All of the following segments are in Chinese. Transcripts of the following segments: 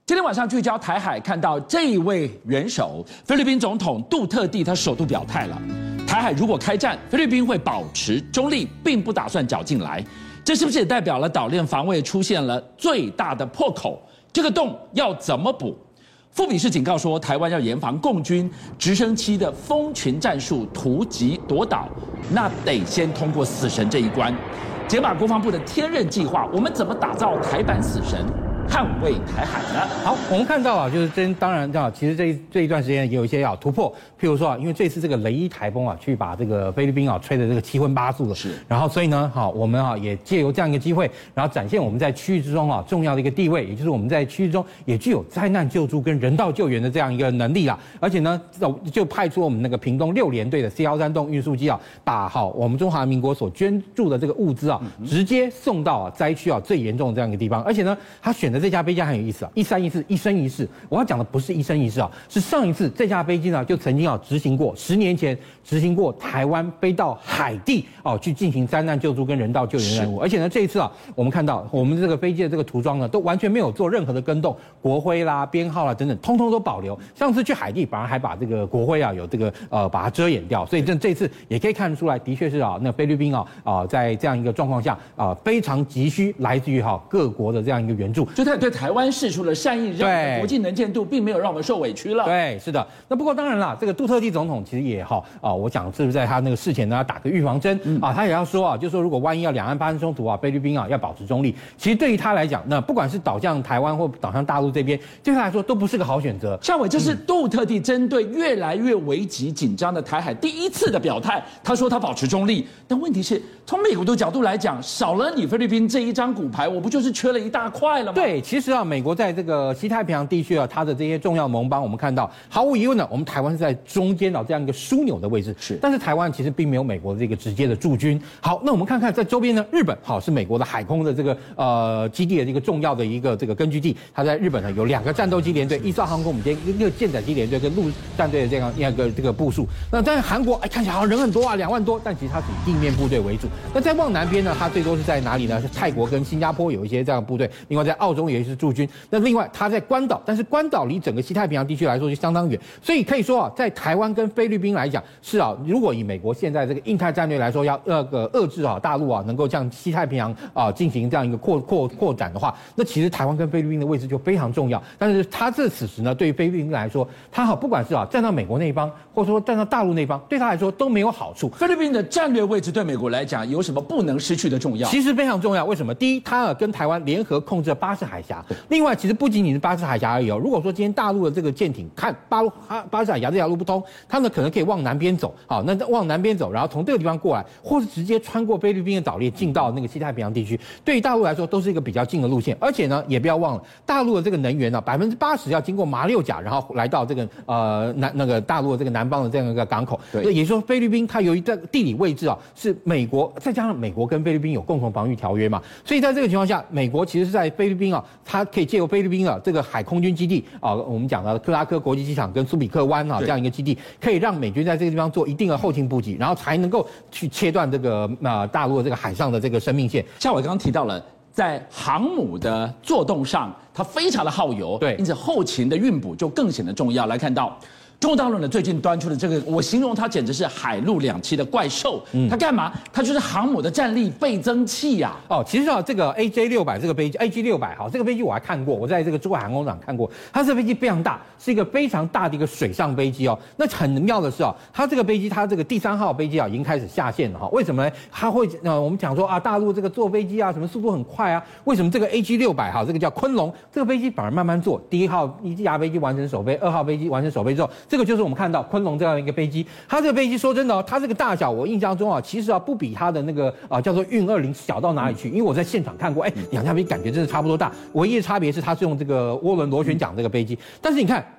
今天晚上聚焦台海，看到这一位元首菲律宾总统杜特地，他首度表态了，台海如果开战，菲律宾会保持中立，并不打算搅进来。这是不是也代表了岛链防卫出现了最大的破口？这个洞要怎么补？富比士警告说，台湾要严防共军直升机的蜂群战术突击夺岛，那得先通过死神这一关。解码国防部的天任计划，我们怎么打造台版死神？捍卫台海呢？ 好，我们看到啊，就是当然其实这一段时间也有一些突破，譬如说啊，因为这次这个雷伊台风啊，去把这个菲律宾啊吹得这个七荤八素的， 是。 然后所以呢，我们也借由这样一个机会，然后展现我们在区域之中重要的一个地位，也就是我们在区域中也具有灾难救助跟人道救援的这样一个能力啦。而且呢，就派出我们那个屏东6联队的 C13洞运输机把我们中华民国所捐助的这个物资直接送到灾区最严重的这样一个地方。而且呢，他选的这架飞机很有意思，1314一生一世。我要讲的不是一生一世是上一次这架飞机呢就曾经执行过10年前执行过台湾飞到海地去进行灾难救助跟人道救援任务。而且呢，这一次我们看到我们这个飞机的这个涂装呢都完全没有做任何的更动，国徽啦、编号啦等等，通通都保留。上次去海地反而还把这个国徽有这个把它遮掩掉，所以这次也可以看得出来，的确是那菲律宾在这样一个状况下非常急需来自于各国的这样一个援助。 就他对台湾释出了善意，认为国际能见度并没有让我们受委屈了。 对，是的。那不过当然啦，这个杜特地总统其实也我讲是不是在他那个事前呢要打个预防针他也要说就是说如果万一要两岸发生冲突菲律宾要保持中立。其实对于他来讲，那不管是倒向台湾或倒向大陆这边，对他来说都不是个好选择。 夏伟，这是杜特地针对越来越危急紧张的台海第一次的表态。他说他保持中立，但问题是从美国的角度来讲，少了你菲律宾这一张骨牌，我不就是缺了一大块了吗？ 对，其实美国在这个西太平洋地区它的这些重要盟邦，我们看到毫无疑问的，我们台湾是在中间这样一个枢纽的位置。 是， 但是台湾其实并没有美国的这个直接的驻军。好，那我们看看在周边呢，日本是美国的海空的这个基地的一个重要的一个这个根据地。它在日本呢有2个战斗机联队，1艘航空母舰、1个舰载机联队跟陆战队的这样一个这个部署。那但是韩国看起来好像人很多2万多，但其实它是以地面部队为主。那再往南边呢，它最多是在哪里呢？是泰国跟新加坡有一些这样的部队，另外在澳洲也是驻军。那另外它在关岛，但是关岛离整个西太平洋地区来说就相当远，所以可以说在台湾跟菲律宾来讲是如果以美国现在这个印太战略来说，要遏制大陆能够向西太平洋进行这样一个扩展的话，那其实台湾跟菲律宾的位置就非常重要。但是它此时呢，对于菲律宾来说，它不管是站到美国那一方，或者说站到大陆那一方，对他来说都没有好处。 菲律宾的战略位置对美国来讲有什么不能失去的重要？ 其实非常重要。为什么？第一，它跟台湾联合控制了巴士海峡。另外，其实不仅仅是巴士海峡而已如果说今天大陆的这个舰艇看巴士海峡这条路不通，它呢可能可以往南边走。好，那往南边走，然后从这个地方过来，或是直接穿过菲律宾的岛链进到那个西太平洋地区，对于大陆来说都是一个比较近的路线。而且呢，也不要忘了，大陆的这个能源80%要经过马六甲，然后来到这个那个大陆的这个南方的这样一个港口。对，也就是说菲律宾它由于这个地理位置是美国，再加上美国跟菲律宾有共同防御条约嘛，所以在这个情况下，美国其实是在菲律宾它可以借由菲律宾这个海空军基地我们讲的克拉科国际机场跟苏比克湾这样一个基地，可以让美军在这个地方做一定的后勤补给，然后才能够去切断这个大陆的这个海上的这个生命线。 像我刚刚提到了，在航母的作动上，它非常的耗油， 对， 因此后勤的运补就更显得重要。来看到中国大陆呢最近端出的这个，我形容它简直是海陆两栖的怪兽。它干嘛？它就是航母的战力倍增器呀。 其实这个 AJ600这个飞机 AG600这个飞机我还看过，我在这个珠海航空场看过，它这个飞机非常大，是一个非常大的一个水上飞机那很妙的是它这个飞机，它这个第3号飞机已经开始下线了为什么呢？它会我们讲说大陆这个坐飞机什么速度很快为什么这个 AG600这个叫昆龙这个飞机反而慢慢坐？第1架飞机完成首飞，2号飞机完成首飞之后，这个就是我们看到昆龙这样一个飞机。它这个飞机说真的它这个大小我印象中其实不比它的那个叫做运20小到哪里去，因为我在现场看过2架飞机感觉真的差不多大，唯一的差别是它是用这个涡轮螺旋桨这个飞机。但是你看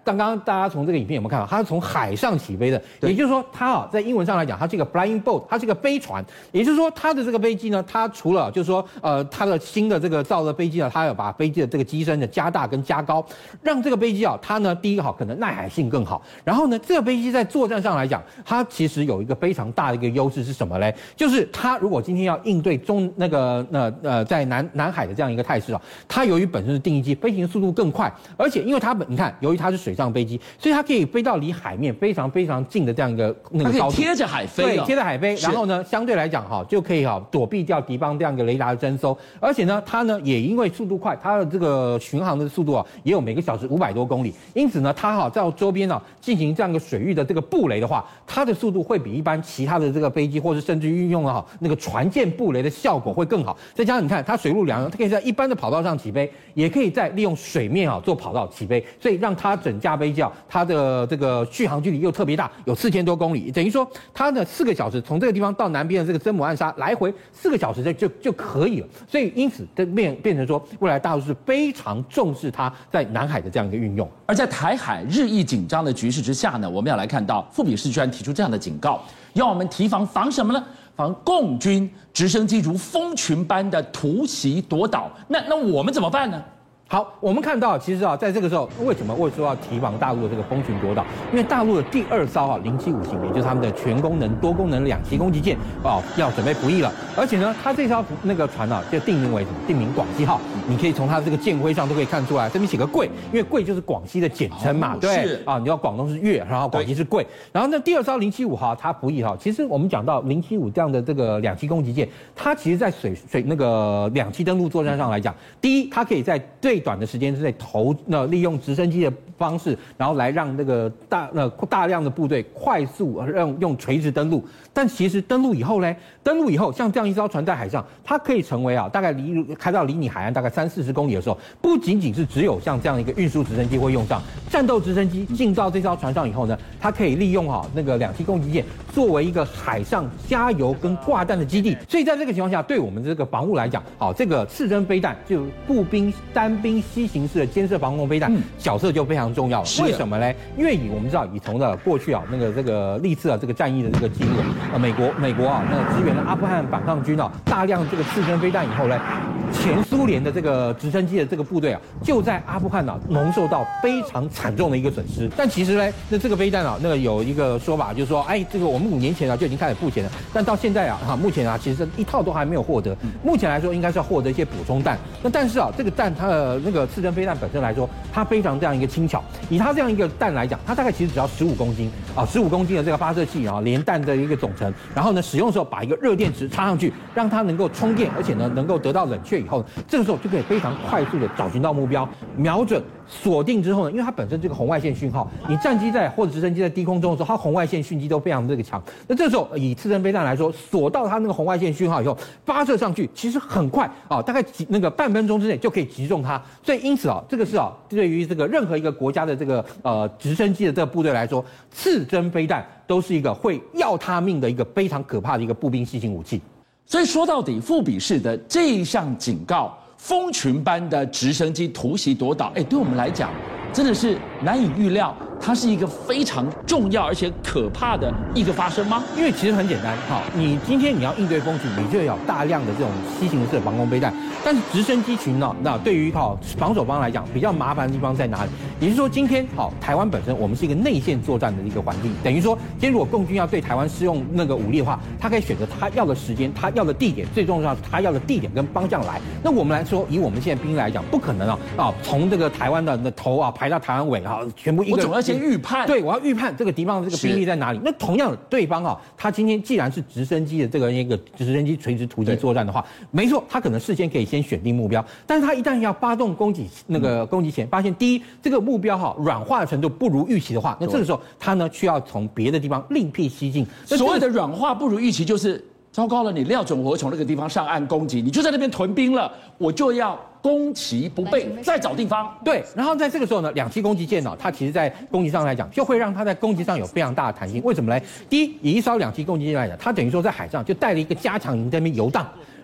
刚刚大家从这个影片有没有看到，它是从海上起飞的，也就是说它在英文上来讲，它是一个 flying boat， 它是一个飞船，也就是说它的这个飞机呢，它除了就是说它的新的这个造的飞机呢，它有把飞机的这个机身的加大跟加高，让这个飞机它呢第一个可能耐海性更好，然后呢这个飞机在作战上来讲，它其实有一个非常大的一个优势是什么嘞？就是它如果今天要应对在南海的这样一个态势它由于本身的定翼机飞行速度更快，而且因为它你看，由于它是水上飞机，所以它可以飞到离海面非常非常近的这样一个高度， 贴着海飞， 对，贴着海飞，然后呢，相对来讲就可以躲避掉敌方这样一个雷达的侦搜，而且呢，它呢也因为速度快，它的这个巡航的速度也有每个小时500多公里，因此呢，它在周边进行这样一个水域的这个布雷的话，它的速度会比一般其他的这个飞机，或是甚至运用那个船舰布雷的效果会更好。再加上你看，它水陆两用，它可以在一般的跑道上起飞，也可以在利用水面做跑道起飞，所以让它整架飞机它的这个续航距离又特别大，有4000多公里，等于说它的4个小时从这个地方到南边的这个真母暗沙来回4个小时就可以了。所以因此变成说，未来大陆是非常重视它在南海的这样一个运用。 而在台海日益紧张的局势之下呢，我们要来看到富比士居然提出这样的警告，要我们提防什么呢？防共军直升机如蜂群般的突袭夺岛。那我们怎么办呢？ 好，我们看到其实在这个时候，为什么我说要提防大陆的这个蜂群夺岛？因为大陆的第2艘075型，也就是他们的全功能多功能2栖攻击舰要准备服役了。而且呢，它这艘那个船就定名为什么？定名广西号。你可以从它的这个舰徽上都可以看出来，这边写个贵，因为贵就是广西的简称嘛，对你知道广东是粤，然后广西是贵。然后呢，第2艘075号它服役其实我们讲到075这样的这个2栖攻击舰，它其实在水那个2栖登陆作战上来讲，第一，它可以在最短的时间之内利用直升机的方式，然后来让那个大量的部队快速用垂直登陆。但其实登陆以后，像这样一艘船在海上，它可以成为大概开到离你海岸大概30-40公里的时候，不仅仅是只有像这样一个运输直升机会用上，战斗直升机进到这艘船上以后呢，它可以利用那个2栖攻击舰作为一个海上加油跟挂弹的基地。所以在这个情况下，对我们这个防务来讲，这个刺针飞弹就步兵单兵西行式的监射防空飞弹角色就非常重要了。为什么呢？因为我们知道从过去这个历次这个战役的这个记录，美国那个支援了阿富汗反抗军大量这个刺针飞弹以后呢，前苏联的这个直升机的这个部队就在阿富汗蒙受到非常惨重的一个损失。但其实呢，那这个飞弹那个有一个说法，就是说，这个我们5年前就已经开始付钱了，但到现在目前其实一套都还没有获得。目前来说，应该是要获得一些补充弹。那但是这个弹它的那个刺针飞弹本身来说，它非常这样一个轻巧。以它这样一个弹来讲，它大概其实只要15公斤15公斤的这个发射器连弹的一个总成，然后呢使用的时候把一个热电池插上去，让它能够充电，而且呢能够得到冷却以后，这个时候就可以非常快速的找寻到目标，瞄准锁定之后呢，因为它本身这个红外线讯号，你战机在或者直升机在低空中的时候，它红外线讯机都非常这个强。那这时候以刺针飞弹来说，锁到它那个红外线讯号以后，发射上去其实很快大概半分钟之内就可以击中它。所以因此这个是对于这个任何一个国家的这个直升机的这个部队来说，刺针飞弹都是一个会要他命的一个非常可怕的一个步兵西行武器。 所以说到底，富比士的这一项警告，蜂群般的直升机突袭夺岛，对我们来讲真的是难以预料，它是一个非常重要而且可怕的一个发生吗？ 因为其实很简单，你今天你要应对蜂群，你就要有大量的这种西行式的防空飞弹。但是直升机群那对于防守方来讲，比较麻烦的地方在哪里？也就是说，今天台湾本身我们是一个内线作战的一个环境，等于说，今天如果共军要对台湾施用那个武力的话，他可以选择他要的时间、他要的地点，最重要是他要的地点跟方向来。那我们来说，以我们现在兵力来讲，不可能从这个台湾的头排到台湾尾全部一个。 我总要先预判， 对，我要预判这个敌方的这个兵力在哪里。那同样的，对方他今天既然是直升机的这个一个直升机垂直突击作战的话，没错，他可能事先可以先选定目标，但是他一旦要发动攻击前，发现第一这个目标软化的程度不如预期的话，那这个时候他呢需要从别的地方另辟蹊径。 所谓的软化不如预期，就是糟糕了，你料准我从那个地方上岸攻击，你就在那边屯兵了，我就要攻其不备，再找地方。 对，然后在这个时候呢，2栖攻击舰它其实在攻击上来讲，就会让它在攻击上有非常大的弹性。为什么呢？第一，以一艘2栖攻击舰来讲，它等于说在海上就带了一个加强营在那边游荡。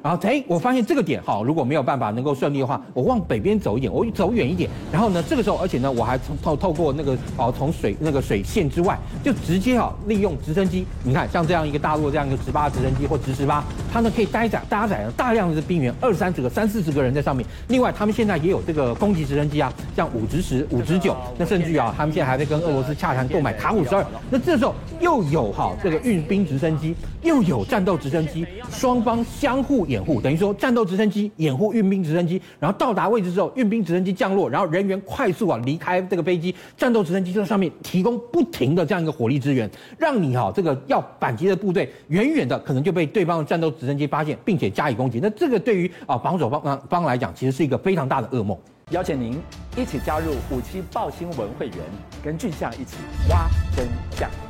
然后我发现这个点好，如果没有办法能够顺利的话，我往北边走一点，我走远一点，然后呢，这个时候而且呢，我还透过那个从水线之外，就直接利用直升机，你看像这样一个大陆这样一个直8直升机或直18，它呢可以搭载了大量的兵员，30个、40个人在上面。另外，他们现在也有这个攻击直升机啊，像5直10、5直9，那甚至他们现在还在跟俄罗斯洽谈购买卡52。那这时候又有这个运兵直升机，又有战斗直升机，双方相互掩护，等于说战斗直升机掩护运兵直升机，然后到达位置之后，运兵直升机降落，然后人员快速离开这个飞机，战斗直升机就在上面提供不停的这样一个火力支援，让你这个要反击的部队远远的可能就被对方的战斗直升机发现，并且加以攻击。那这个对于防守方来讲，其实是一个非常大的噩梦。 邀请您一起加入57爆新闻会员，跟俊相一起挖真相。